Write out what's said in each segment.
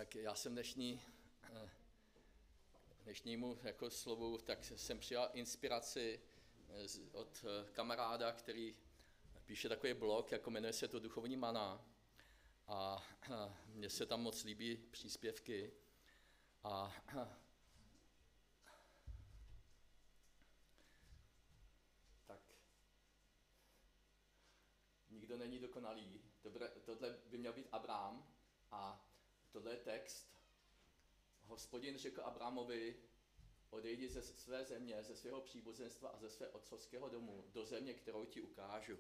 Tak já jsem dnešnímu jako slovu, tak jsem přijal inspiraci od kamaráda, který píše takový blog, jako jmenuje se to Duchovní mana. A mně se tam moc líbí příspěvky. A tak nikdo není dokonalý. Tohle by měl být Abrám a tohle je text. Hospodin řekl Abramovi, odejdi ze své země, ze svého příbuzenstva a ze své otcovského domu do země, kterou ti ukážu.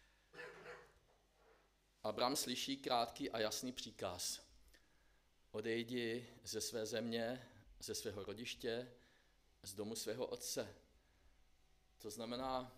Abram slyší krátký a jasný příkaz. Odejdi ze své země, ze svého rodiště, z domu svého otce. To znamená,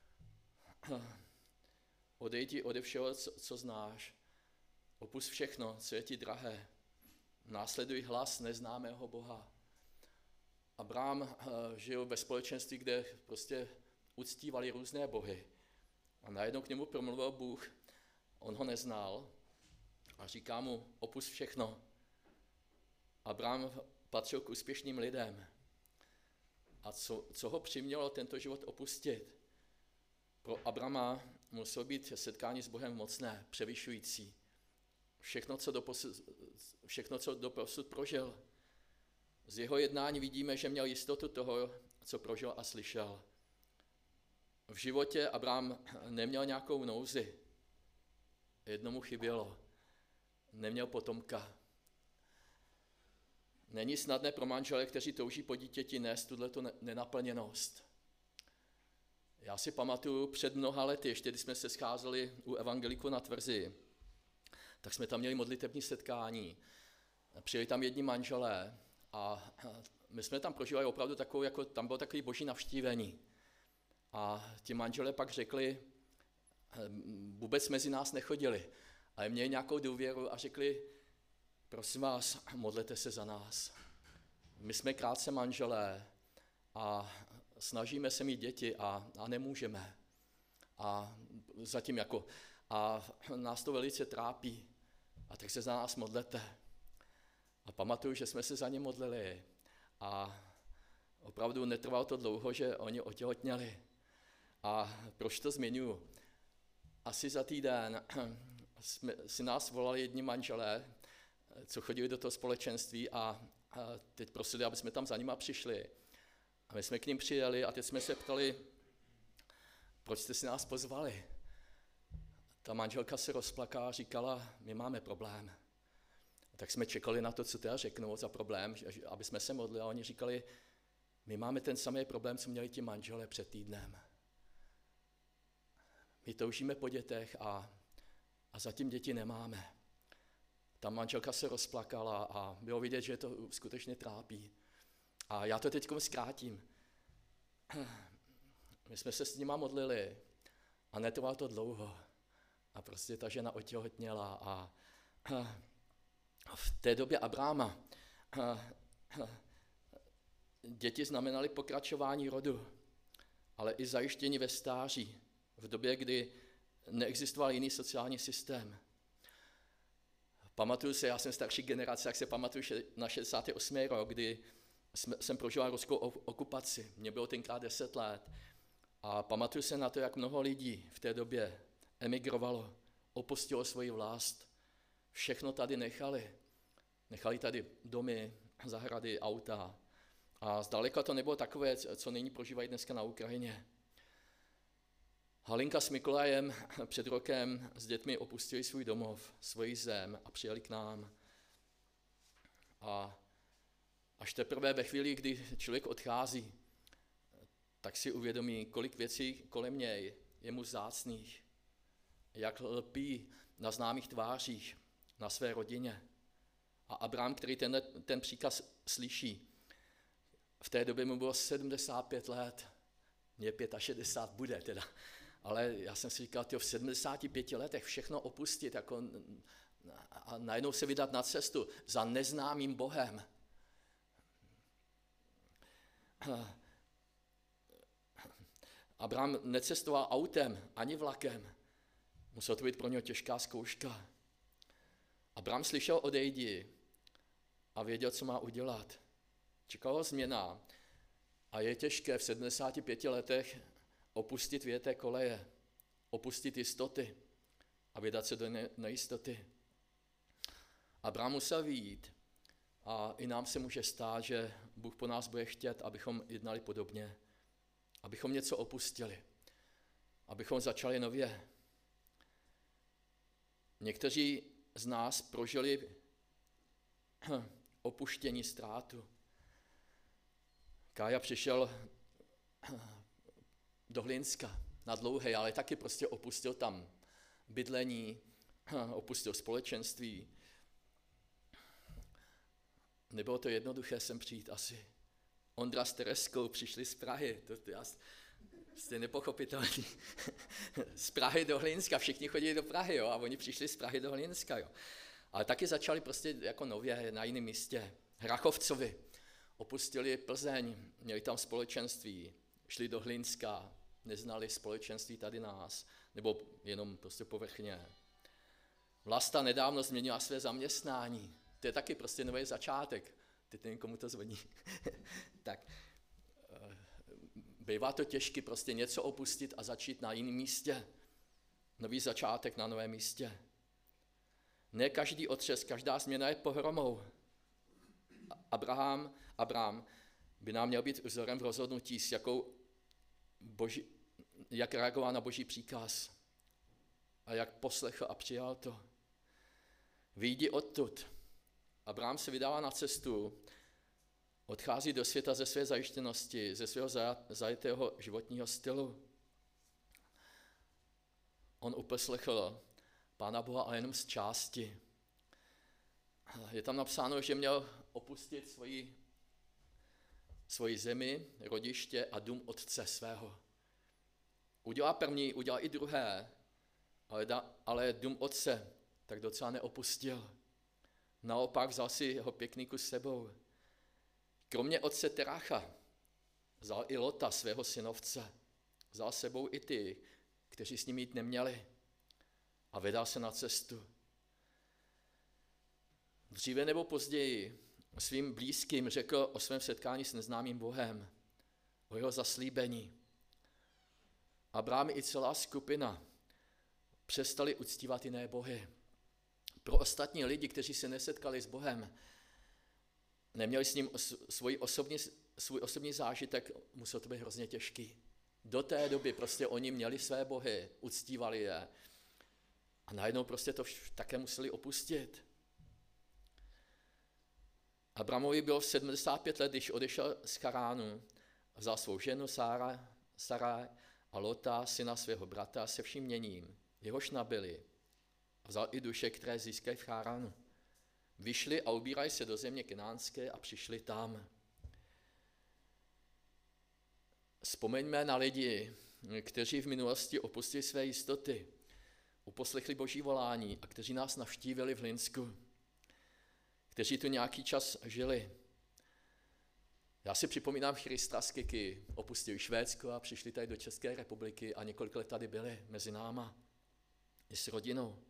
odejdi ode všeho, co znáš. Opusť všechno, co je ti drahé. Následuj hlas neznámého Boha. Abrám žil ve společenství, kde prostě uctívali různé bohy. A najednou k němu promluvil Bůh. On ho neznal a říká mu, opusť všechno. Abrám patřil k úspěšným lidem. A co ho přimělo tento život opustit? Pro Abrama muselo být setkání s Bohem mocné, převyšující. Všechno, co doposud prožil. Z jeho jednání vidíme, že měl jistotu toho, co prožil a slyšel. V životě Abrám neměl nějakou nouzi. Jednomu chybělo. Neměl potomka. Není snadné pro manžele, kteří touží po dítěti, nést tuto nenaplněnost. Já si pamatuju před mnoha lety, ještě když jsme se scházeli u Evangeliku na Tvrzi, tak jsme tam měli modlitební setkání. Přijeli tam jedni manželé a my jsme tam prožívali opravdu takovou, jako tam bylo takový boží navštívení. A ti manželé pak řekli, vůbec mezi nás nechodili, ale měli nějakou důvěru a řekli, prosím vás, modlete se za nás. My jsme krátce manželé a snažíme se mít děti a nemůžeme. A zatím a nás to velice trápí. A tak se za nás modlete. A pamatuju, že jsme se za ně modlili. A opravdu netrvalo to dlouho, že oni otěhotněli. A proč to zmiňuji? Asi za týden si nás volali jedni manželé, co chodili do toho společenství a teď prosili, aby jsme tam za nima přišli. A my jsme k ním přijeli a teď jsme se ptali, proč jste si nás pozvali? Ta manželka se rozplakala a říkala, my máme problém. A tak jsme čekali na to, co teda řeknou za problém, aby jsme se modlili. A oni říkali, my máme ten samý problém, co měli ti manželé před týdnem. My toužíme po dětech a zatím děti nemáme. Ta manželka se rozplakala a bylo vidět, že to skutečně trápí. A já to teď zkrátím. My jsme se s nima modlili a netrvalo to dlouho. A prostě ta žena otěhotněla a v té době Abráma děti znamenaly pokračování rodu, ale i zajištění ve stáří, v době, kdy neexistoval jiný sociální systém. Pamatuju se, já jsem starší generace, jak se pamatuju na 68. rok, kdy jsem prožíval ruskou okupaci. Mně bylo tenkrát 10 let. A pamatuju se na to, jak mnoho lidí v té době emigrovalo, opustilo svoji vlast. Všechno tady nechali. Nechali tady domy, zahrady, auta. A zdaleka to nebylo takové, co nyní prožívají dneska na Ukrajině. Halinka s Mikolajem před rokem s dětmi opustili svůj domov, svoji zem a přijeli k nám. A až teprve ve chvíli, kdy člověk odchází, tak si uvědomí, kolik věcí kolem něj je mu vzácných, jak lpí na známých tvářích, na své rodině. A Abrám, který ten příkaz slyší, v té době mu bylo 75 let, mě 65 bude teda, ale já jsem si říkal, v 75 letech všechno opustit a najednou se vydat na cestu za neznámým Bohem. Abrám necestoval autem ani vlakem. Musela to být pro něho těžká zkouška. Abrám slyšel odejdi a věděl, co má udělat. Čekala ho změna a je těžké v 75 letech opustit věté koleje, opustit jistoty a vydat se do nejistoty. Abraham musel vyjít a i nám se může stát, že Bůh po nás bude chtět, abychom jednali podobně, abychom něco opustili, abychom začali nově. Někteří z nás prožili opuštění, ztrátu. Kája přišel do Hlinska na dlouhé, ale taky prostě opustil tam bydlení, opustil společenství. Nebylo to jednoduché sem přijít asi. Ondra s Tereskou přišli z Prahy, to já jste nepochopitelný. Z Prahy do Hlinska, všichni chodili do Prahy, jo, a oni přišli z Prahy do Hlinska, jo. Ale taky začali prostě jako nově na jiném místě. Hrachovcovi opustili Plzeň, měli tam společenství, šli do Hlinska, neznali společenství tady nás, nebo jenom prostě povrchně. Vlasta nedávno změnila své zaměstnání, to je taky prostě nový začátek. Teď nevím, komu to zvoní. Tak bývá to těžké prostě něco opustit a začít na jiném místě. Nový začátek na novém místě. Ne každý otřes, každá změna je pohromou. Abraham by nám měl být vzorem v rozhodnutí, jak reagoval na Boží příkaz a jak poslechl a přijal to. Vyjdi odtud. Abraham se vydává na cestu, odchází do světa ze své zajištěnosti, ze svého zajetého životního stylu. On uposlechl Pána Boha, ale jenom z části. Je tam napsáno, že měl opustit svoji zemi, rodiště a dům otce svého. Udělá první, udělá i druhé, ale dům otce tak docela neopustil. Naopak vzal si jeho pěkný kus sebou. Kromě otce Teracha vzal i Lota, svého synovce. Vzal sebou i ty, kteří s ním jít neměli. A vydal se na cestu. Dříve nebo později svým blízkým řekl o svém setkání s neznámým Bohem, o jeho zaslíbení. Abraham i celá skupina přestali uctívat jiné bohy. Pro ostatní lidi, kteří se nesetkali s Bohem, neměli s ním svůj osobní zážitek, musel to být hrozně těžký. Do té doby prostě oni měli své bohy, uctívali je a najednou prostě to také museli opustit. Abrahamovi bylo 75 let, když odešel z Charánu, vzal svou ženu Saraj a Lota, syna svého bratra, se vším měním, jehož nabili. Vzal i duše, které získají v Cháránu. Vyšli a ubírají se do země kenánské a přišli tam. Vzpomeňme na lidi, kteří v minulosti opustili své jistoty, uposlechli Boží volání a kteří nás navštívili v Hlinsku, kteří tu nějaký čas žili. Já si připomínám Christa z Kiky, opustili Švédsko a přišli tady do České republiky a několik let tady byli mezi náma i s rodinou.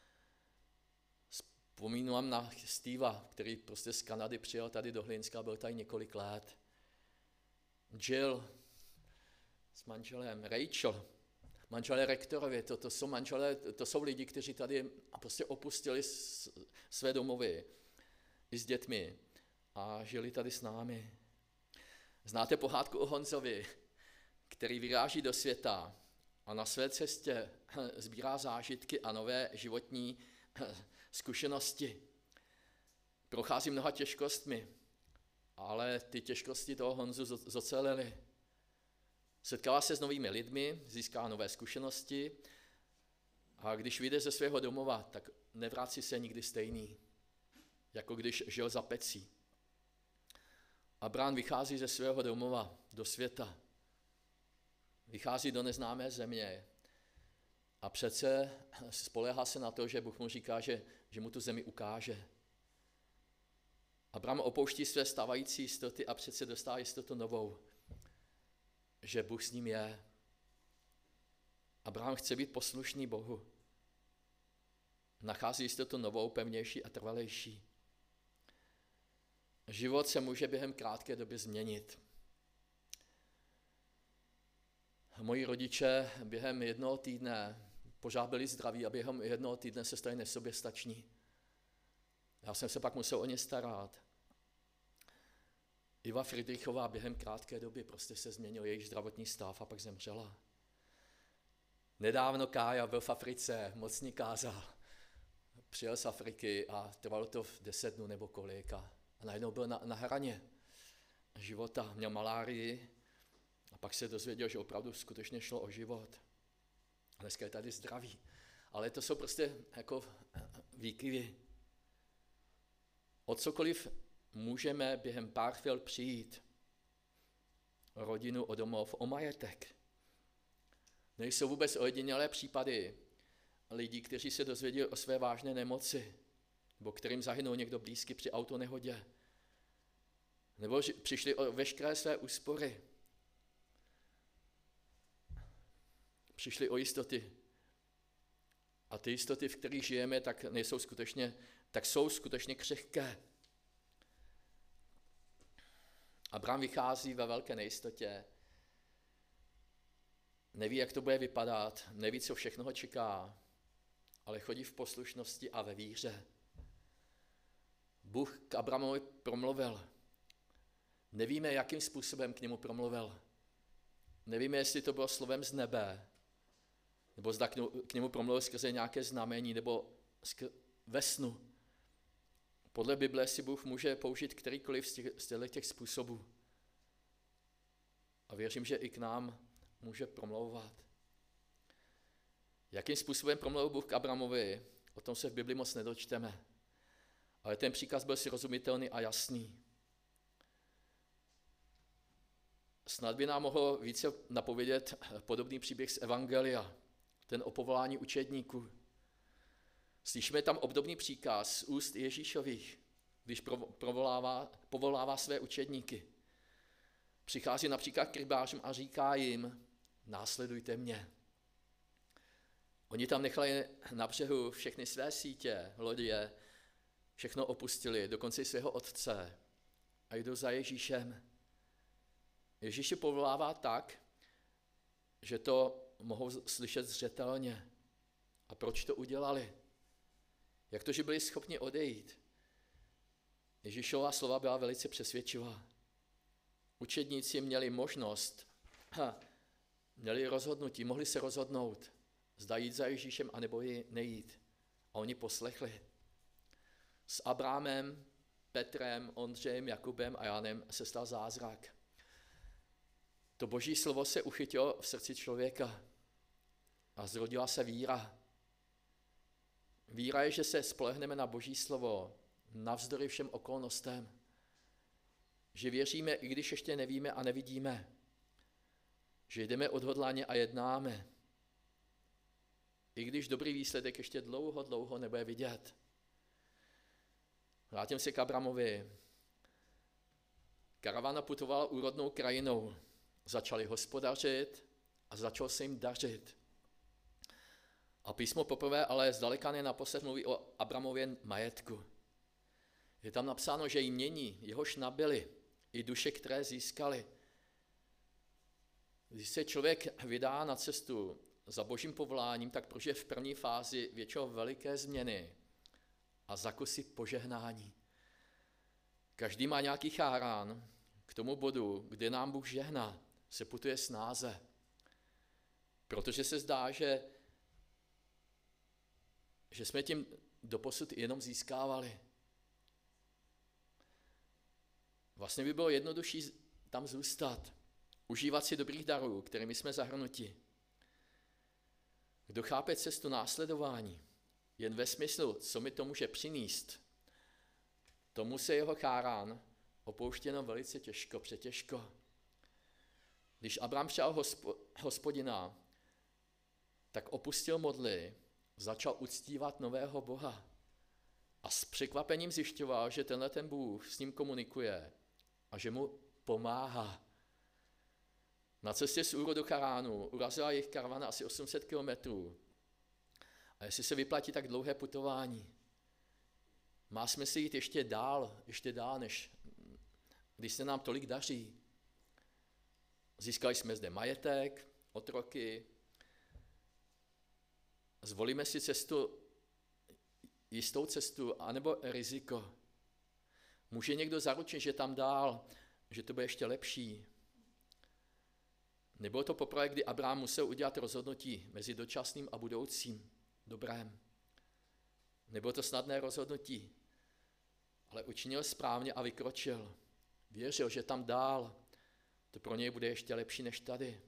Vzpomínám na Steva, který prostě z Kanady přijel tady do Hlinska, byl tady několik let. Jill s manželem, Rachel, manželé rektorovi, to jsou lidi, kteří tady prostě opustili své domovy i s dětmi a žili tady s námi. Znáte pohádku o Honzovi, který vyráží do světa a na své cestě sbírá zážitky a nové životní zkušenosti. Prochází mnoha těžkostmi, ale ty těžkosti toho Honzu zocelily. Setkává se s novými lidmi, získá nové zkušenosti a když vyjde ze svého domova, tak nevrací se nikdy stejný, jako když žil za pecí. Abraham vychází ze svého domova do světa, vychází do neznámé země a přece spoléhá se na to, že Bůh mu říká, že mu tu zemi ukáže. Abraham opouští své stávající jistoty a přece dostává jistotu novou, že Bůh s ním je. Abraham chce být poslušný Bohu. Nachází jistotu novou, pevnější a trvalejší. Život se může během krátké doby změnit. Moji rodiče během jednoho týdne pořád byli zdraví a během jednoho týdne se stali nesoběstační. Já jsem se pak musel o ně starat. Iva Friedrichová během krátké doby prostě se změnil její zdravotní stav a pak zemřela. Nedávno Kája byl v Africe, mocně kázal. Přijel z Afriky a trvalo to 10 dnů nebo kolik a najednou byl na hraně života, měl malárii a pak se dozvěděl, že opravdu skutečně šlo o život. A dneska je tady zdravý. Ale to jsou prostě jako výkyvy. O cokoliv můžeme během pár chvil přijít. O rodinu, o domov, o majetek. Nejsou vůbec ojedinělé případy lidí, kteří se dozvěděli o své vážné nemoci, nebo kterým zahynul někdo blízký při autonehodě, nebo přišli o veškeré své úspory. Přišli o jistoty. A ty jistoty, v kterých žijeme, tak jsou skutečně křehké. Abraham vychází ve velké nejistotě. Neví, jak to bude vypadat, neví, co všechno ho čeká, ale chodí v poslušnosti a ve víře. Bůh k Abrahamovi promluvil. Nevíme, jakým způsobem k němu promluvil. Nevíme, jestli to bylo slovem z nebe, nebo zda k němu promluvil skrze nějaké znamení, nebo ve snu. Podle Bible si Bůh může použít kterýkoliv z těch způsobů. A věřím, že i k nám může promlouvat. Jakým způsobem promluvil Bůh k Abrahamovi, o tom se v Bibli moc nedočteme. Ale ten příkaz byl srozumitelný a jasný. Snad by nám mohl více napovědět podobný příběh z Evangelia, ten o povolání učedníků. Slyšíme tam obdobný příkaz z úst Ježíšových, když povolává své učedníky. Přichází například k rybářům a říká jim, následujte mě. Oni tam nechali na břehu všechny své sítě, lodě, všechno opustili, dokonce i svého otce a jdou za Ježíšem. Ježíš je povolává tak, že to mohou slyšet zřetelně. A proč to udělali? Jak to, že byli schopni odejít? Ježíšova slova byla velice přesvědčivá. Učedníci měli možnost, měli rozhodnutí, mohli se rozhodnout, zda jít za Ježíšem, anebo nejít. A oni poslechli. S Abrahamem, Petrem, Ondřejem, Jakubem a Janem se stal zázrak. To Boží slovo se uchytilo v srdci člověka a zrodila se víra. Víra je, že se spolehneme na Boží slovo navzdory všem okolnostem. Že věříme, i když ještě nevíme a nevidíme. Že jdeme odhodláně a jednáme. I když dobrý výsledek ještě dlouho nebude vidět. Vrátím se k Abrahamovi. Karavana putovala úrodnou krajinou. Začali hospodařit a začalo se jim dařit. A písmo poprvé, ale zdaleka ne naposled mluví o Abrahamově majetku. Je tam napsáno, že jmění, jehož nabyli, i duše, které získali. Když se člověk vydá na cestu za Božím povoláním, tak prožije v první fázi většinou veliké změny a zakusí požehnání. Každý má nějaký chárán k tomu bodu, kde nám Bůh žehná, se putuje snáze. Protože se zdá, že jsme tím doposud jenom získávali. Vlastně by bylo jednodušší tam zůstat, užívat si dobrých darů, kterými jsme zahrnuti. Kdo chápe cestu následování, jen ve smyslu, co mi to může přinést, tomu se jeho chárán opouští jenom velice těžko, přetěžko. Když Abraham přijal Hospodina, tak opustil modly, začal uctívat nového Boha a s překvapením zjišťoval, že tenhle ten Bůh s ním komunikuje a že mu pomáhá. Na cestě z Úru do Charánu urazila jejich karavana asi 800 kilometrů. A jestli se vyplatí tak dlouhé putování, má smysl jít ještě dál, než když se nám tolik daří. Získali jsme zde majetek, otroky. Zvolíme si cestu, jistou cestu, anebo riziko. Může někdo zaručit, že tam dál, že to bude ještě lepší. Nebylo to poprvé, kdy Abraham musel udělat rozhodnutí mezi dočasným a budoucím dobrém. Nebylo to snadné rozhodnutí, ale učinil správně a vykročil. Věřil, že tam dál to pro něj bude ještě lepší než tady.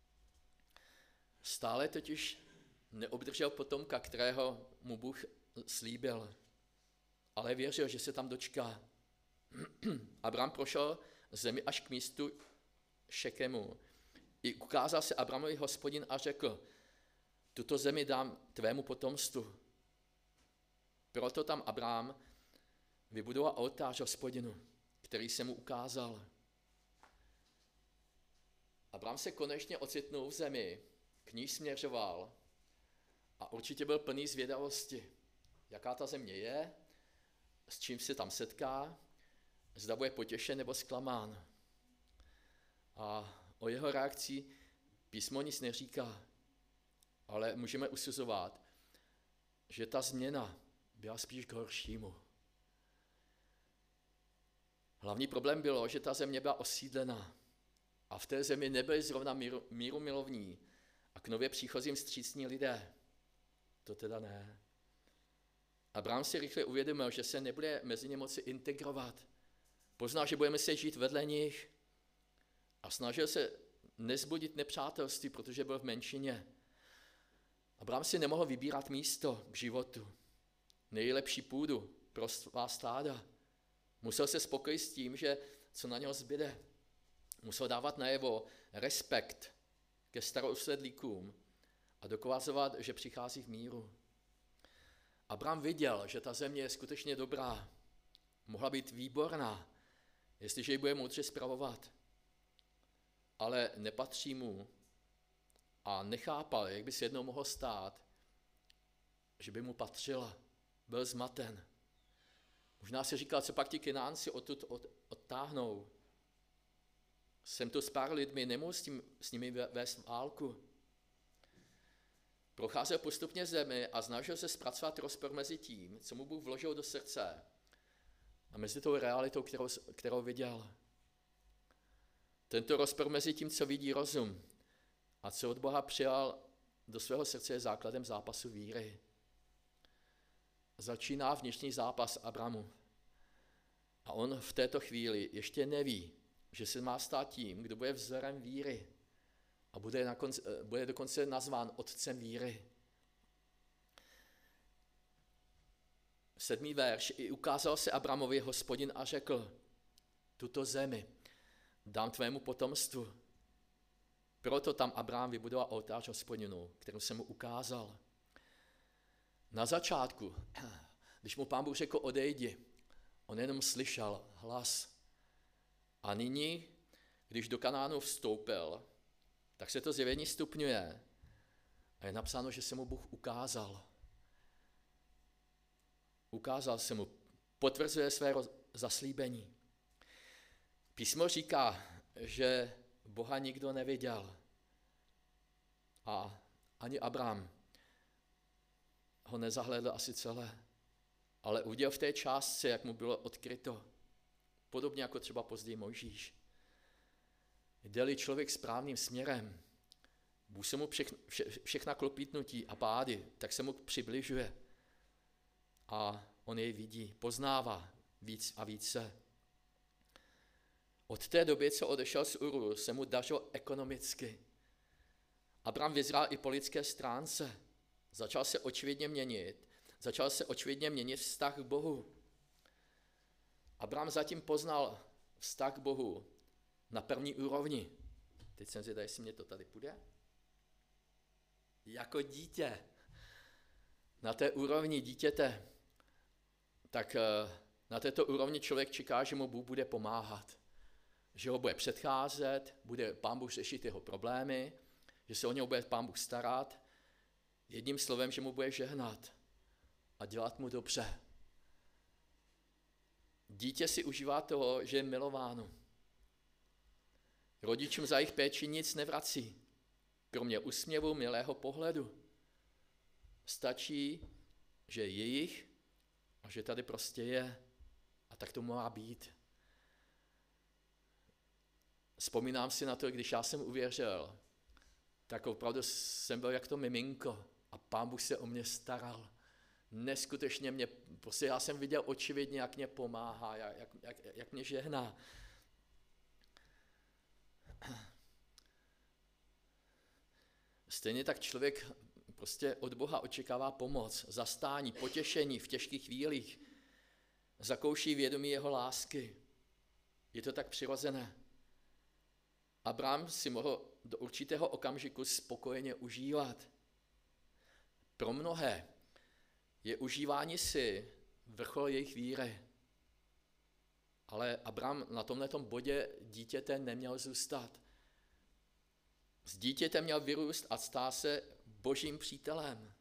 Stále totiž neobdržel potomka, kterého mu Bůh slíbil, ale věřil, že se tam dočká. Abraham prošel zemi až k místu Šekemu. I ukázal se Abrahamovi Hospodin a řekl, tuto zemi dám tvému potomstvu. Proto tam Abraham vybudoval oltář Hospodinu, který se mu ukázal. Abraham se konečně ocitnul v zemi, k níž směřoval a určitě byl plný zvědavosti, jaká ta země je, s čím se tam setká, zda bude potěšen nebo zklamán. A o jeho reakci písmo nic neříká, ale můžeme usuzovat, že ta změna byla spíš k horšímu. Hlavní problém bylo, že ta země byla osídlena a v té zemi nebyli zrovna míru milovní a k nově příchozím vstřícní lidé. To teda ne. Abraham si rychle uvědomil, že se nebude mezi ně moci integrovat. Poznal, že budeme se žít vedle nich a snažil se nezbudit nepřátelství, protože byl v menšině. Abraham si nemohl vybírat místo k životu, nejlepší půdu pro svá stáda. Musel se spokojit s tím, že co na něho zbyde. Musel dávat najevo respekt ke starousedlíkům a dokazovat, že přichází v míru. Abraham viděl, že ta země je skutečně dobrá. Mohla být výborná, jestliže ji bude moudře spravovat. Ale nepatří mu a nechápal, jak by se jednou mohlo stát, že by mu patřila. Byl zmaten. Možná si říkal, co pak ti Kenánci odtud odtáhnou. Jsem tu s pár lidmi, nemůžu s nimi vést válku. Procházel postupně zemi a snažil se zpracovat rozpor mezi tím, co mu Bůh vložil do srdce a mezi tou realitou, kterou viděl. Tento rozpor mezi tím, co vidí rozum a co od Boha přijal do svého srdce, je základem zápasu víry. Začíná vnitřní zápas Abrahamu. A on v této chvíli ještě neví, že se má stát tím, kdo bude vzorem víry a bude dokonce nazván otcem víry. 7. verš. I ukázal se Abrahamovi Hospodin a řekl, tuto zemi dám tvému potomstvu. Proto tam Abraham vybudoval oltář Hospodinu, kterou se mu ukázal. Na začátku, když mu Pán Bůh řekl odejdi, on jenom slyšel hlas. A nyní, když do Kanánu vstoupil, tak se to zjevení stupňuje. A je napsáno, že se mu Bůh ukázal. Ukázal se mu, potvrzuje své zaslíbení. Písmo říká, že Boha nikdo neviděl. A ani Abraham ho nezahlédl asi celé, ale udělal v té částce, jak mu bylo odkryto. Podobně jako třeba později Mojžíš. Jde-li člověk správným směrem, Bůh se mu všechna klopítnutí a pády, tak se mu přibližuje. A on jej vidí, poznává víc a více. Od té doby, co odešel z Uru, se mu dařilo ekonomicky. Abraham vyzrál i po lidské stránce. Začal se očividně měnit vztah k Bohu. Abraham zatím poznal vztah k Bohu na první úrovni. Teď jsem zvědavý, jestli mě to tady půjde. Jako dítě. Na té úrovni dítěte. Tak na této úrovni člověk čeká, že mu Bůh bude pomáhat. Že ho bude předcházet, bude Pán Bůh řešit jeho problémy, že se o něho bude Pán Bůh starat. Jedním slovem, že mu bude žehnat a dělat mu dobře. Dítě si užívá toho, že je milováno. Rodičům za jejich péči nic nevrací, kromě úsměvu, milého pohledu. Stačí, že je jejich a že tady prostě je. A tak to má být. Vzpomínám si na to, když já jsem uvěřil, tak opravdu jsem byl jak to miminko a Pán Bůh se o mě staral. Neskutečně mě, prostě já jsem viděl očividně, jak mě pomáhá, jak mě žehná. Stejně tak člověk prostě od Boha očekává pomoc, zastání, potěšení v těžkých chvílích. Zakouší vědomí jeho lásky. Je to tak přirozené. Abraham si mohl do určitého okamžiku spokojeně užívat. Pro mnohé je užívání si vrchol jejich víry. Ale Abraham na tomhletom bodě dítěte neměl zůstat. S dítětem měl vyrůst a stát se Božím přítelem.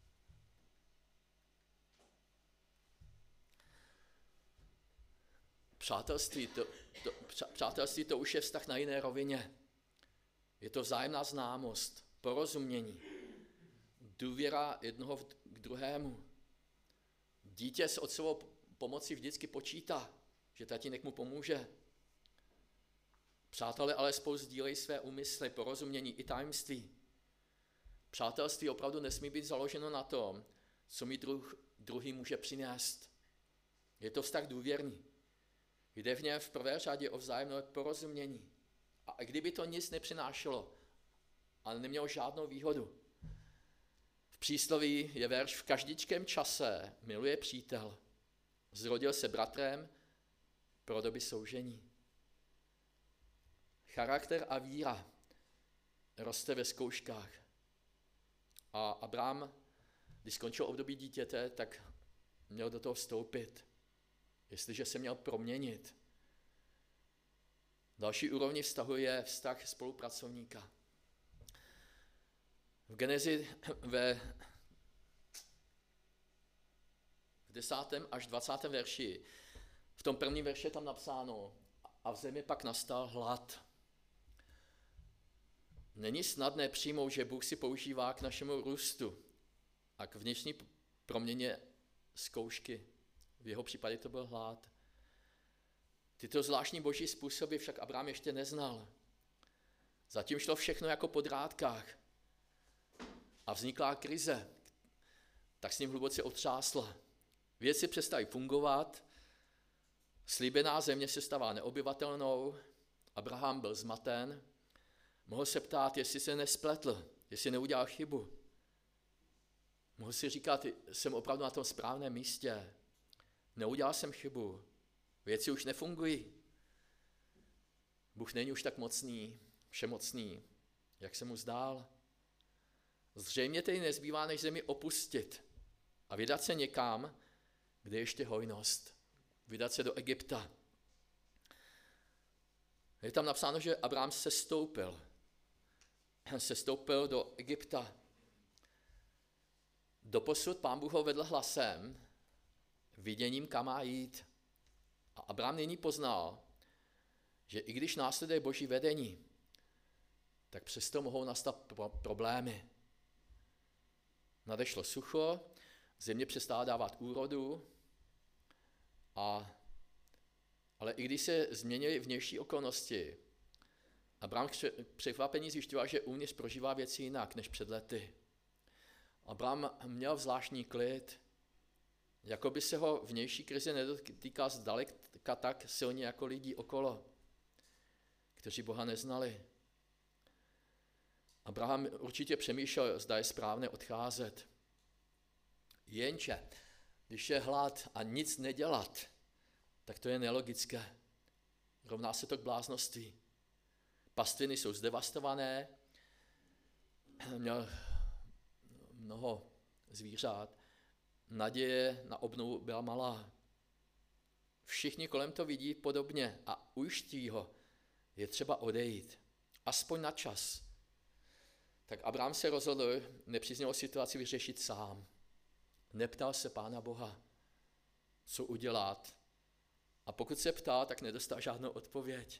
Přátelství to už je vztah na jiné rovině. Je to vzájemná známost, porozumění, důvěra jednoho k druhému. Dítě s otcovou pomocí vždycky počítá, že tatínek mu pomůže. Přátelé ale spolu sdílejí své úmysly, porozumění i tajemství. Přátelství opravdu nesmí být založeno na tom, co mi druhý může přinést. Je to vztah důvěrný. Jde v něm v prvé řadě o vzájemné porozumění. A kdyby to nic nepřinášelo, ale nemělo žádnou výhodu. V přísloví je verš: v každičkém čase miluje přítel. Zrodil se bratrem pro doby soužení. Charakter a víra roste ve zkouškách. A Abraham, když skončil období dítěte, tak měl do toho vstoupit. Jestliže se měl proměnit. Další úrovni vztahu je vztah spolupracovníka. V Genezi ve 10. až 20. verši, v tom prvním verši je tam napsáno: a v zemi pak nastal hlad. Není snadné přijmout, že Bůh si používá k našemu růstu a k vnitřní proměně zkoušky. V jeho případě to byl hlad. Tyto zvláštní boží způsoby však Abraham ještě neznal. Zatím šlo všechno jako po drátkách. A vznikla krize, tak s ním hluboce otřásla. Věci přestaly fungovat, slíbená země se stává neobyvatelnou, Abraham byl zmaten, mohl se ptát, jestli se nespletl, jestli neudělal chybu. Mohl si říkat, jsem opravdu na tom správném místě, neudělal jsem chybu, věci už nefungují. Bůh není už tak mocný, všemocný, jak se mu zdál. Zřejmě tedy nezbývá, než zemi opustit a vydat se někam, kde je ještě hojnost. Vydat se do Egypta. Je tam napsáno, že Abraham sestoupil do Egypta. Doposud Pán Bůh ho vedl hlasem, viděním, kam má jít. A Abraham nyní poznal, že i když následuje Boží vedení, tak přesto mohou nastat problémy. Nadešlo sucho, země přestala dávat úrodu, ale i když se změnily vnější okolnosti, Abraham překvapení zjišťoval, že uvnitř prožívá věci jinak než před lety. Abraham měl zvláštní klid, jako by se ho vnější krize nedotýká zdaleka tak silně jako lidí okolo, kteří Boha neznali. Abraham určitě přemýšlel, zda je správné odcházet. Jenže, když je hlad a nic nedělat, tak to je nelogické. Rovná se to k bláznovství. Pastviny jsou zdevastované, měl mnoho zvířat, naděje na obnovu byla malá. Všichni kolem to vidí podobně a ujišťují ho, je třeba odejít, aspoň na čas. Tak Abraham se rozhodl nepříznivou situaci vyřešit sám. Neptal se Pána Boha, co udělat, A pokud se ptá, tak nedostal žádnou odpověď.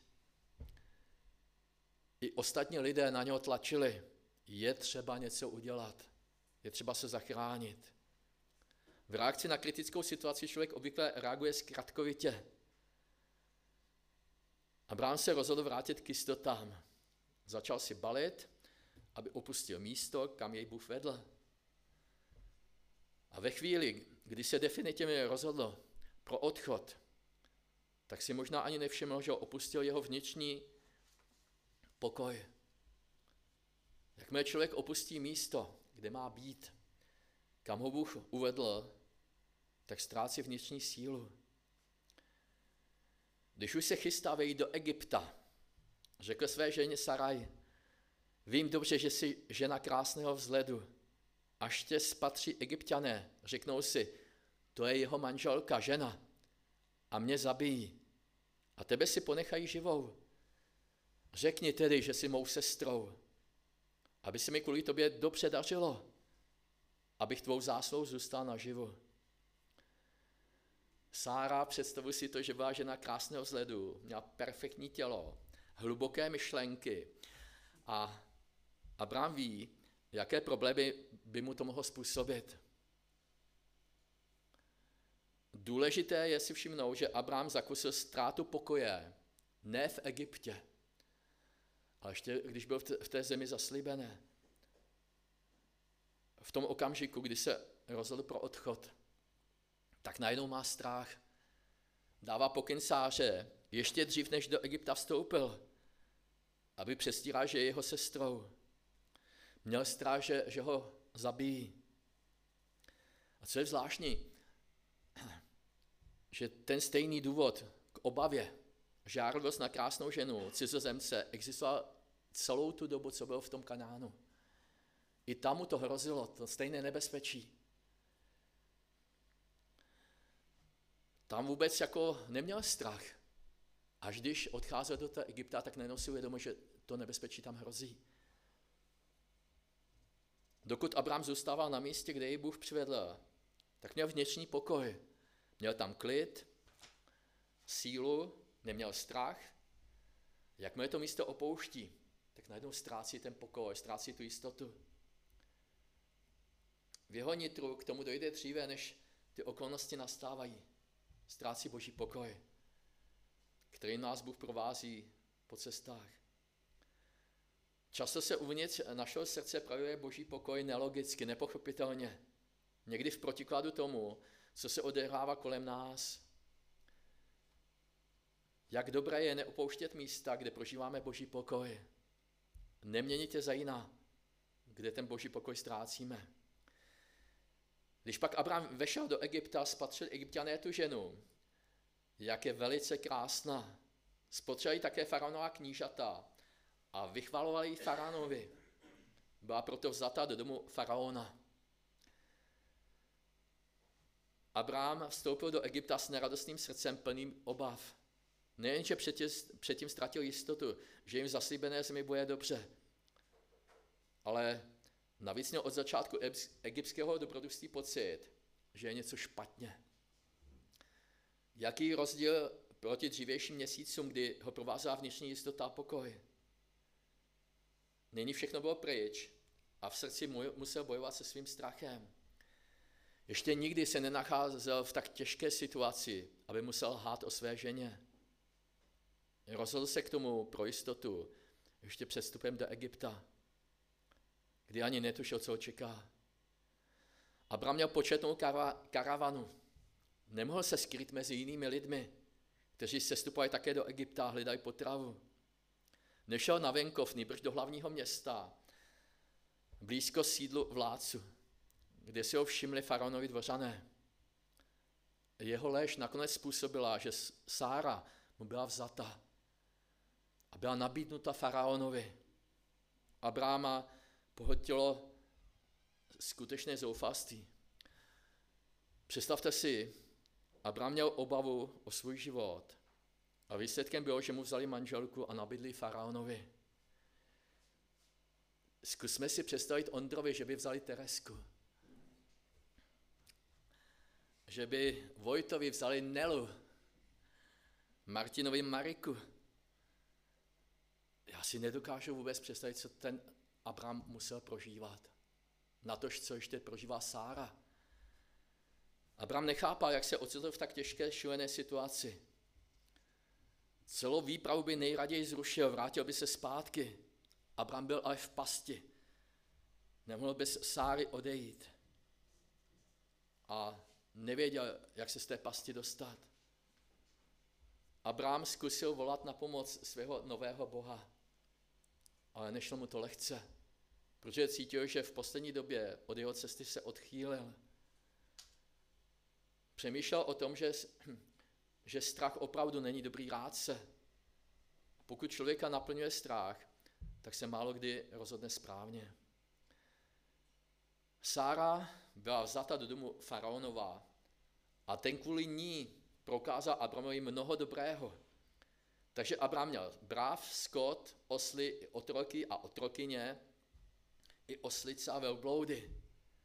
I ostatní lidé na něho tlačili. Je třeba něco udělat. Je třeba se zachránit. V reakci na kritickou situaci člověk obvykle reaguje zkratkovitě. Abraham se rozhodl vrátit k jistotám. Začal si balit, aby opustil místo, kam jej Bůh vedl. A ve chvíli, kdy se definitivně rozhodl pro odchod, tak si možná ani nevšiml, že opustil jeho vnitřní pokoj. Jakmile člověk opustí místo, kde má být, kam ho Bůh uvedl, tak ztrácí vnitřní sílu. Když už se chystá vejít do Egypta, řekl své ženě Saraj, vím dobře, že jsi žena krásného vzhledu. Až tě spatří Egypťané, řeknou si, to je jeho manželka, žena, a mě zabijí. A tebe si ponechají živou. Řekni tedy, že jsi mou sestrou, aby se mi kvůli tobě dobře dařilo, abych tvou zásluhou zůstal naživu. Sára, představuji si to, že byla žena krásného vzhledu, měla perfektní tělo, hluboké myšlenky a Abraham ví, jaké problémy by mu to mohlo způsobit. Důležité je si všimnout, že Abraham zakusil ztrátu pokoje, ne v Egyptě, ale ještě když byl v té zemi zaslíbené. V tom okamžiku, kdy se rozhodl pro odchod, tak najednou má strach. Dává pokyn Sáře, ještě dřív, než do Egypta vstoupil, aby přestíral, že je jeho sestrou. Měl strach, že ho zabijí. A co je zvláštní, že ten stejný důvod k obavě, žárlivost na krásnou ženu, cizozemce, existoval celou tu dobu, co byl v tom Kanánu. I tam mu to hrozilo, to stejné nebezpečí. Tam vůbec jako neměl strach. Až když odcházel do té Egypta, tak najednou si uvědomil, že to nebezpečí tam hrozí. Dokud Abraham zůstával na místě, kde jej Bůh přivedl, tak měl vnitřní pokoj. Měl tam klid, sílu, neměl strach. Jakmile to místo opouští, tak najednou ztrácí ten pokoj, ztrácí tu jistotu. V jeho nitru k tomu dojde dříve, než ty okolnosti nastávají. Ztrácí Boží pokoj, který nás Bůh provází po cestách. Často se uvnitř našeho srdce projevuje Boží pokoj nelogicky, nepochopitelně. Někdy v protikladu tomu, co se odehrává kolem nás. Jak dobré je neopouštět místa, kde prožíváme Boží pokoj. Neměnit je za jiná, kde ten Boží pokoj ztrácíme. Když pak Abraham vešel do Egypta, spatřil Egypťané tu ženu, jak je velice krásná. Spatřili také faraonova knížata a vychvalovali ji faraonovi. Byla proto vzata do domu faraona. Abraham vstoupil do Egypta s neradostným srdcem plným obav. Nejenže předtím ztratil jistotu, že jim v zaslíbené zemi bude dobře, ale navíc měl od začátku egyptského dobrodružství pocit, že je něco špatně. Jaký rozdíl proti dřívějším měsícům, kdy ho provázela vnitřní jistota a pokoj. Nyní všechno bylo pryč a v srdci musel bojovat se svým strachem. Ještě nikdy se nenacházel v tak těžké situaci, aby musel lhát o své ženě. Rozhodl se k tomu pro jistotu ještě před vstupem do Egypta, kdy ani netušil, co ho čeká. Abraham měl početnou karavanu. Nemohl se skrýt mezi jinými lidmi, kteří sestupovali také do Egypta a hledají potravu. Nešel na venkov, nýbrž do hlavního města, blízko sídlu vládců, kde si ho všimli faraonovi dvořané. Jeho lež nakonec způsobila, že Sára mu byla vzata a byla nabídnuta faraonovi. Abrahama pohltilo skutečné zoufalství. Představte si, Abraham měl obavu o svůj život a výsledkem bylo, že mu vzali manželku a nabídli faraonovi. Zkusme si představit Ondrovi, že by vzali Teresku. Že by Vojtovi vzali Nelu. Martinovi Mariku. Já si nedokážu vůbec představit, co ten Abram musel prožívat. Natož, co ještě prožívá Sára. Abram nechápal, jak se ocitl v tak těžké, šílené situaci. Celou výpravu by nejraději zrušil, vrátil by se zpátky. Abram byl ale v pasti. Nemohl bez Sáry odejít. A nevěděl, jak se z té pasti dostat. Abram zkusil volat na pomoc svého nového boha. Ale nešlo mu to lehce, protože cítil, že v poslední době od jeho cesty se odchýlil. Přemýšlel o tom, že strach opravdu není dobrý rádce. Pokud člověka naplňuje strach, tak se málo kdy rozhodne správně. Sára byla vzata do domu faraonova a ten kvůli ní prokázal Abramovi mnoho dobrého. Takže Abram měl bráv, skot, osly, otroky a otrokyně, i oslice a velbloudy.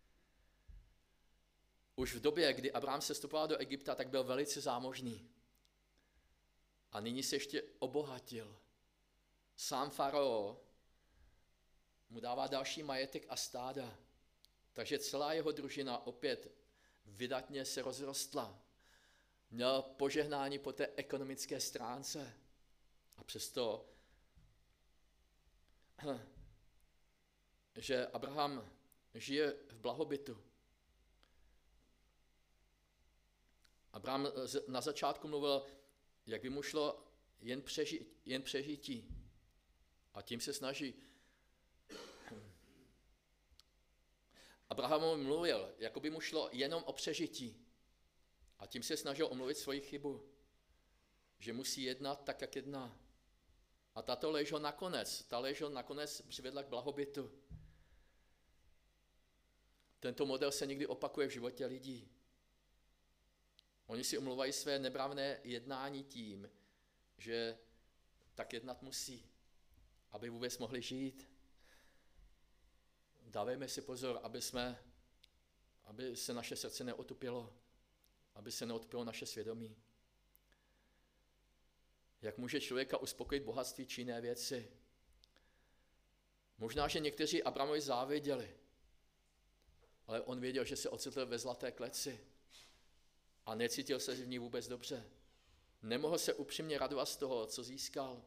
Už v době, kdy Abram sestupoval do Egypta, tak byl velice zámožný. A nyní se ještě obohatil. Sám faraon mu dává další majetek a stáda. Takže celá jeho družina opět vydatně se rozrostla. Měl požehnání po té ekonomické stránce. A přesto, že Abraham žije v blahobytu. Abraham na začátku mluvil, jak by mu šlo jen přežití. A tím se snaží. Abraham mluvil, jako by mu šlo jenom o přežití. A tím se snažil omluvit svoji chybu. Že musí jednat tak, jak jedná. A ta lež ho nakonec přivedla k blahobytu. Tento model se někdy opakuje v životě lidí. Oni si omlouvají své nemravné jednání tím, že tak jednat musí, aby vůbec mohli žít. Dávejme si pozor, aby se naše srdce neotupilo, aby se neotupilo naše svědomí. Jak může člověka uspokojit bohatství či jiné věci? Možná, že někteří Abramovi záviděli, ale on věděl, že se ocitl ve zlaté kleci a necítil se v ní vůbec dobře. Nemohl se upřímně radovat z toho, co získal.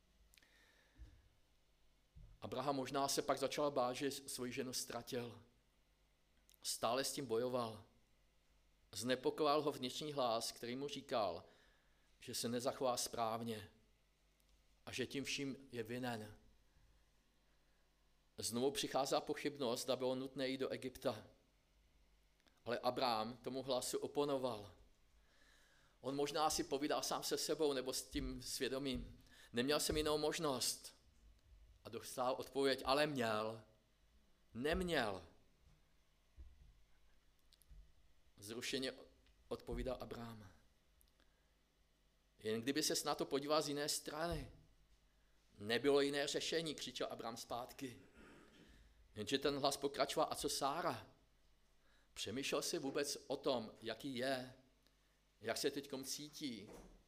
Abraham možná se pak začal bát, že svoji ženu ztratil. Stále s tím bojoval. Znepokojoval ho vnitřní hlas, který mu říkal, že se nezachová správně a že tím vším je vinen. Znovu přichází pochybnost, zda bylo nutné jít do Egypta. Ale Abrám tomu hlasu oponoval. On možná si povídal sám se sebou nebo s tím svědomím. Neměl jsem jinou možnost. A dostal odpověď, ale měl. Neměl. Zrušeně odpovídal Abrám. Jen kdyby se na to podíval z jiné strany. Nebylo jiné řešení, křičel Abrám zpátky. Jenže ten hlas pokračoval, a co Sára? Přemýšlel si vůbec o tom, jaký je, jak se teďkom cítí.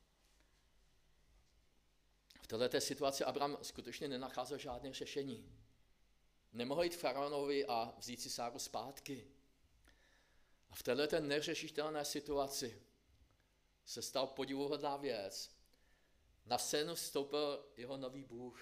V této situaci Abrám skutečně nenacházel žádné řešení. Nemohl jít k faraonovi a vzít si Sáru zpátky. A v této neřešitelné situaci se stal podivuhodná věc. Na scénu vstoupil jeho nový bůh.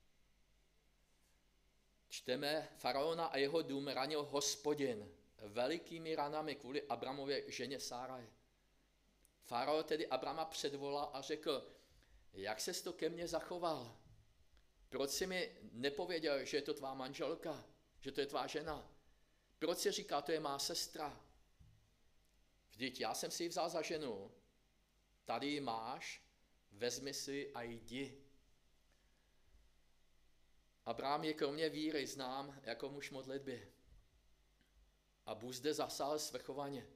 Čteme, faraona a jeho dům ranil Hospodin velikými ranami kvůli Abramově ženě Sáraj. Faraon tedy Abrama předvolal a řekl, jak ses to ke mně zachoval? Proč jsi mi nepověděl, že je to tvá manželka, že to je tvá žena? Proč jsi říkal, to je má sestra? Vždyť já jsem si ji vzal za ženu. Tady ji máš, vezmi si a jdi. Abrám je kromě víry znám jako muž modlitby. A Bůh zde zasáhl svrchovaně.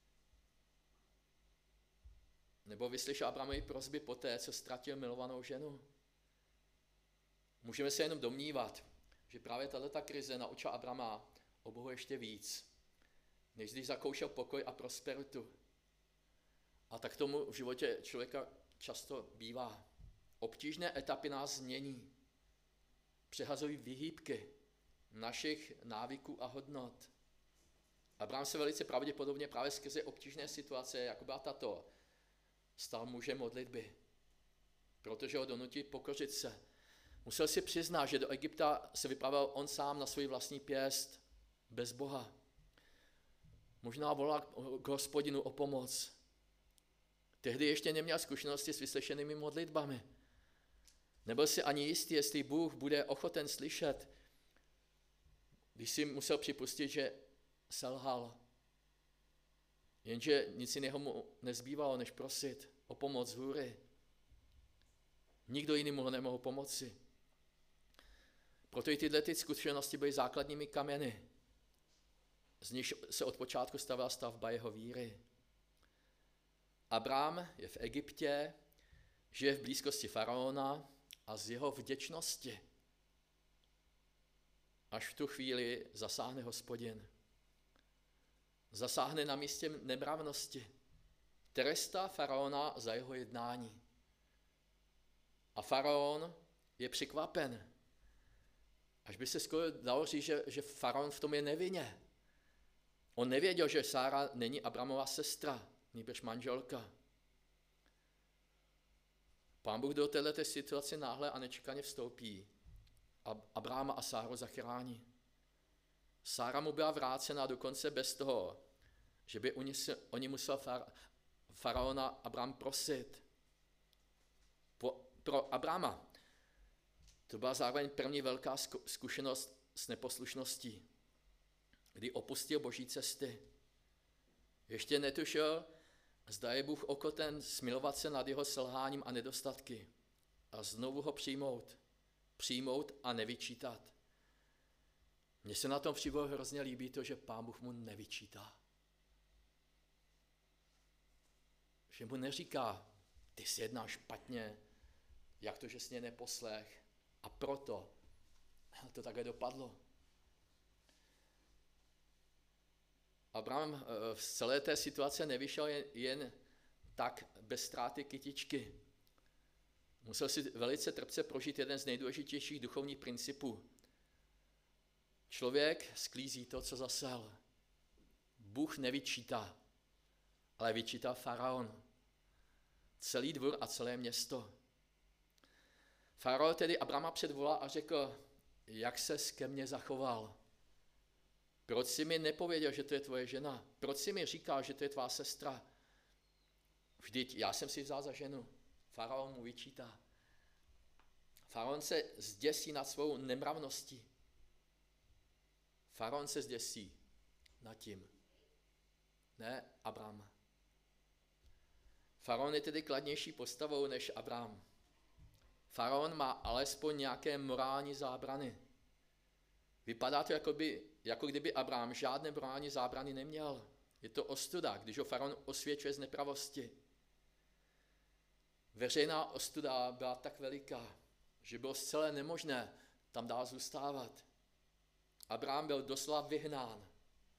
Nebo vyslyšel Abramovi prosby poté, co ztratil milovanou ženu. Můžeme se jenom domnívat, že právě tato krize naučila Abrama o Bohu ještě víc, než když zakoušel pokoj a prosperitu. A tak tomu v životě člověka často bývá. Obtížné etapy nás změní. Přehazují vyhýbky našich návyků a hodnot. Abraham se velice pravděpodobně právě skrze obtížné situace, jako byla tato, stal mužem modlitby, protože ho donutí pokořit se. Musel si přiznat, že do Egypta se vypravil on sám na svůj vlastní pěst, bez Boha. Možná volal k Hospodinu o pomoc. Tehdy ještě neměl zkušenosti s vyslyšenými modlitbami. Nebyl si ani jistý, jestli Bůh bude ochoten slyšet, když si musel připustit, že selhal. Jenže nic jiného mu nezbývalo, než prosit o pomoc z hůry. Nikdo jiný mu nemohl pomoci. Proto i tyhle zkušenosti byly základními kameny, z nich se od počátku stavila stavba jeho víry. Abraham je v Egyptě, žije v blízkosti faraona a z jeho vděčnosti až v tu chvíli zasáhne Hospodin. Zasáhne na místě nemravnosti. Trestá faraona za jeho jednání. A faraon je překvapen. Až by se skoro dalo říct, že faraon v tom je nevinně. On nevěděl, že Sára není Abrahamova sestra, nýbrž manželka. Pán Bůh do této situace náhle a nečekaně vstoupí a Abrahama a Sáru zachrání. Sára mu byla vrácena dokonce bez toho, že by o ní musel faraona Abraham prosit. Pro Abrahama to byla zároveň první velká zkušenost s neposlušností, kdy opustil Boží cesty. Ještě netušil, zda je Bůh ochoten smilovat se nad jeho selháním a nedostatky a znovu ho přijmout a nevyčítat. Mně se na tom příběhu hrozně líbí to, že Pán Bůh mu nevyčítá. Že mu neříká, ty jsi jednal špatně, jak to, že jsi mě neposlech a proto to takhle dopadlo. Abraham z celé té situace nevyšel jen tak bez ztráty kytičky. Musel si velice trpce prožít jeden z nejdůležitějších duchovních principů. Člověk sklízí to, co zasel. Bůh nevyčítá, ale vyčítá faraon. Celý dvůr a celé město. Faraon tedy Abrama předvolal a řekl, jak ses ke mně zachoval. Proč jsi mi nepověděl, že to je tvoje žena? Proč jsi mi říkal, že to je tvá sestra? Vždyť já jsem si vzal za ženu. Faraon mu vyčítá. Faraon se zděsí nad svou nemravností. Faraon se zděsí nad tím. Ne Abram. Faraon je tedy kladnější postavou než Abram. Faraon má alespoň nějaké morální zábrany. Vypadá to, jako kdyby Abram žádné morální zábrany neměl. Je to ostuda, když ho faraon osvědčuje z nepravosti. Veřejná ostuda byla tak veliká, že bylo zcela nemožné tam dál zůstávat. Abraham byl doslova vyhnán.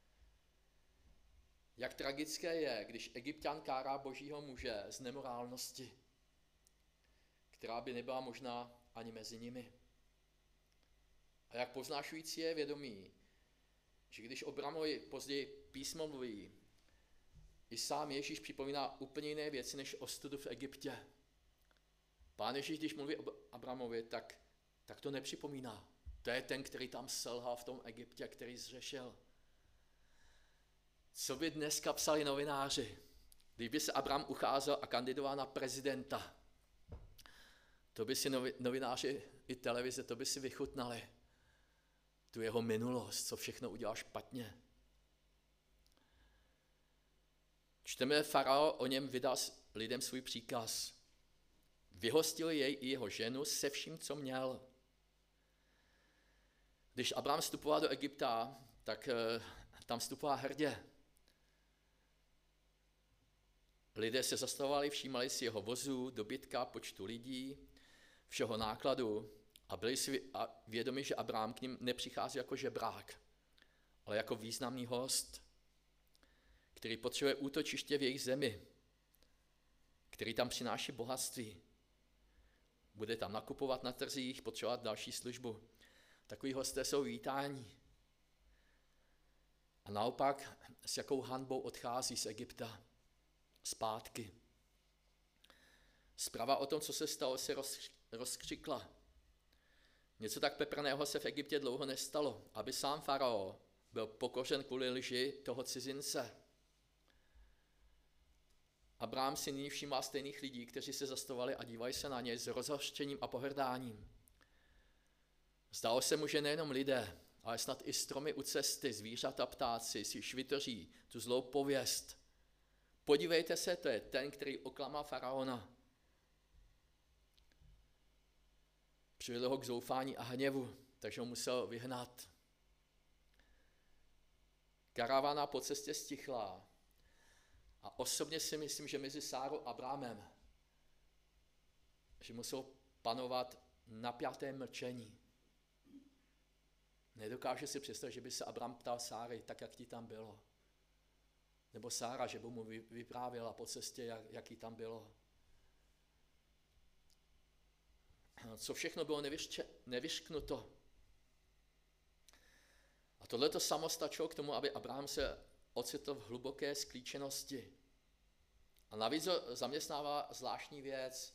Jak tragické je, když Egypťan kárá božího muže z nemorálnosti, která by nebyla možná ani mezi nimi. A jak poznášující je vědomí, že když o Abramovi později písmo mluví, i sám Ježíš připomíná úplně jiné věci než ostudu v Egyptě. Pán Ježíš, když mluví o Abramovi, tak to nepřipomíná. To je ten, který tam selhal v tom Egyptě, který zřešil. Co by dneska psali novináři, když by se Abram ucházel a kandidoval na prezidenta? To by si novináři i televize, to by si vychutnali. Tu jeho minulost, co všechno udělal špatně. Čteme, farao o něm vydal lidem svůj příkaz. Vyhostil jej i jeho ženu se vším, co měl. Když Abram vstupoval do Egypta, tak tam vstupoval hrdě. Lidé se zastavovali, všímali si jeho vozů, dobytka, počtu lidí, všeho nákladu a byli si vědomi, že Abram k nim nepřichází jako žebrák, ale jako významný host, který potřebuje útočiště v jejich zemi. který tam přináší bohatství. Bude tam nakupovat na trzích, potřebovat další službu. Takoví hosté jsou vítáni. A naopak s jakou hanbou odchází z Egypta zpátky. Zpráva o tom, co se stalo, se rozkřikla. Něco tak peprného se v Egyptě dlouho nestalo, aby sám farao byl pokořen kvůli lži toho cizince. Abraham si nyní všímá stejných lidí, kteří se zastavovali a dívají se na něj s rozhořčením a pohrdáním. Zdálo se mu, že nejenom lidé, ale snad i stromy u cesty, zvířata, ptáci si švitoří tu zlou pověst. Podívejte se, to je ten, který oklamal faraona. Přivedl ho k zoufání a hněvu, takže ho musel vyhnat. Karavana po cestě stichla a osobně si myslím, že mezi Sárou a Abrahamem, že musel panovat napjaté mlčení. Nedokáže si představit, že by se Abraham ptal Sáry, tak jak ti tam bylo. Nebo Sára, že by mu vyprávěla po cestě, jak jí tam bylo. Co všechno bylo nevyřknuto. A tohle to samo stačilo k tomu, aby Abraham se ocitl v hluboké sklíčenosti. A navíc ho zaměstnává zvláštní věc.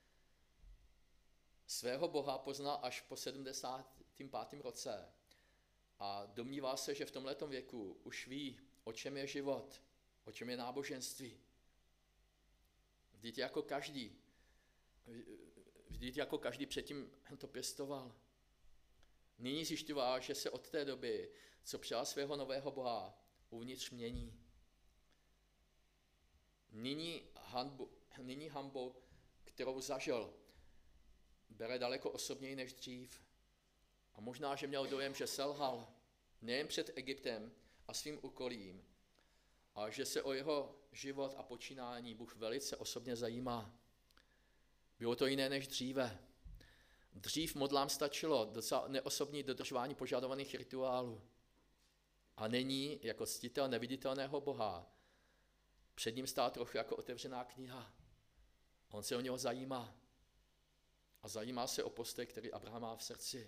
Svého Boha poznal až po 75. roce. A domnívá se, že v tomhletom věku už ví, o čem je život, o čem je náboženství. Vždyť jako každý předtím to pěstoval. Nyní zjišťoval, že se od té doby, co přijal svého nového Boha, uvnitř mění. Nyní hanbu, kterou zažil, bere daleko osobněji než dřív. A možná, že měl dojem, že selhal nejen před Egyptem a svým okolím, ale že se o jeho život a počínání Bůh velice osobně zajímá. Bylo to jiné než dříve. Dřív modlám stačilo docela neosobní dodržování požadovaných rituálů. A nyní, jako ctitel neviditelného Boha, před ním stál trochu jako otevřená kniha. On se o něho zajímá. A zajímá se o postoj, který Abraham má v srdci.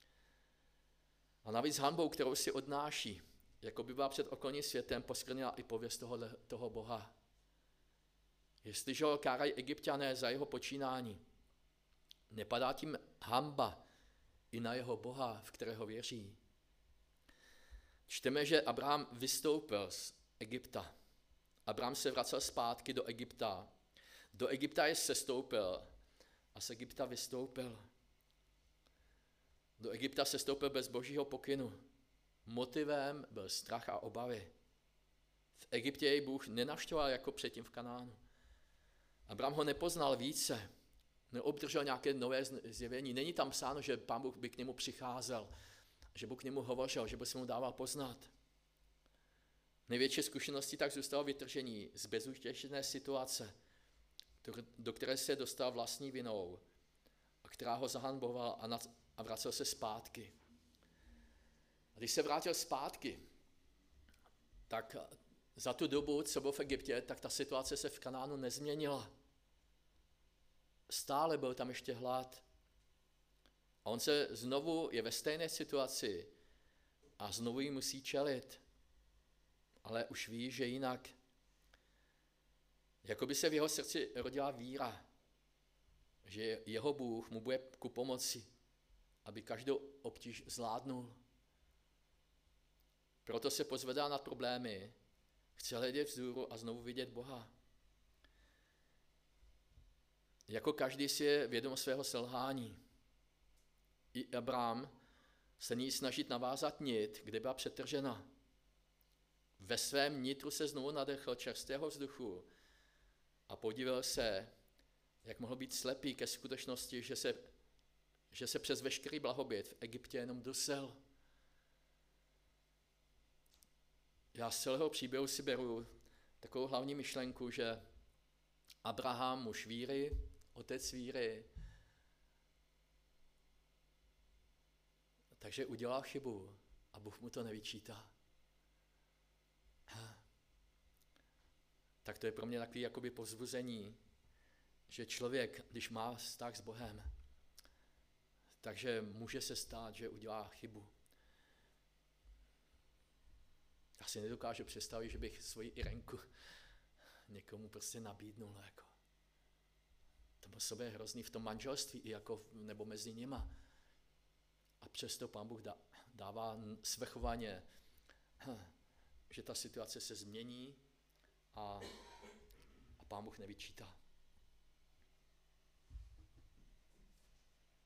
A navíc hanbou, kterou si odnáší, jako by byla před okolním světem, poskvrnila i pověst toho Boha. Jestliže ho kárají Egypťané za jeho počínání, nepadá tím hanba i na jeho Boha, v kterého věří. Čteme, že Abraham vystoupil z Egypta. Abraham se vracel zpátky do Egypta. Do Egypta je sestoupil a z Egypta vystoupil. Do Egypta sestoupil bez božího pokynu. Motivem byl strach a obavy. V Egyptě jej Bůh nenavštěvoval jako předtím v Kanánu. Abraham ho nepoznal více, neobdržel nějaké nové zjevení. Není tam psáno, že Pán Bůh by k němu přicházel, že Bůh k němu hovořil, že by se mu dával poznat. Největší zkušenosti tak zůstalo vytržení z bezútěšné situace, do které se dostal vlastní vinou a která ho zahanbovala a vracel se zpátky. A když se vrátil zpátky, tak za tu dobu, co byl v Egyptě, tak ta situace se v Kanánu nezměnila. Stále byl tam ještě hlad. A on se znovu je ve stejné situaci a znovu jí musí čelit. Ale už ví, že jinak. Jakoby se v jeho srdci rodila víra, že jeho Bůh mu bude ku pomoci, aby každou obtíž zvládnul. Proto se pozvedá nad problémy, chce hledět vzhůru a znovu vidět Boha. Jako každý si je vědom svého selhání. I Abraham se ní snažit navázat nit, kde byla přetržena. Ve svém nitru se znovu nadechl čerstvého vzduchu a podíval se, jak mohl být slepý ke skutečnosti, že se přes veškerý blahobyt v Egyptě jenom dusel. Já z celého příběhu si beru takovou hlavní myšlenku, že Abraham, muž víry, otec víry, takže udělal chybu a Bůh mu to nevyčítá. Tak to je pro mě takový jakoby povzbuzení, že člověk, když má vztah s Bohem, takže může se stát, že udělá chybu. Já si nedokážu představit, že bych svoji Irenku někomu prostě nabídnul. Jako. To bylo sobě hrozný v tom manželství, i jako, nebo mezi nima. A přesto Pán Bůh dává svrchovaně, že ta situace se změní a Pán Bůh nevyčítá.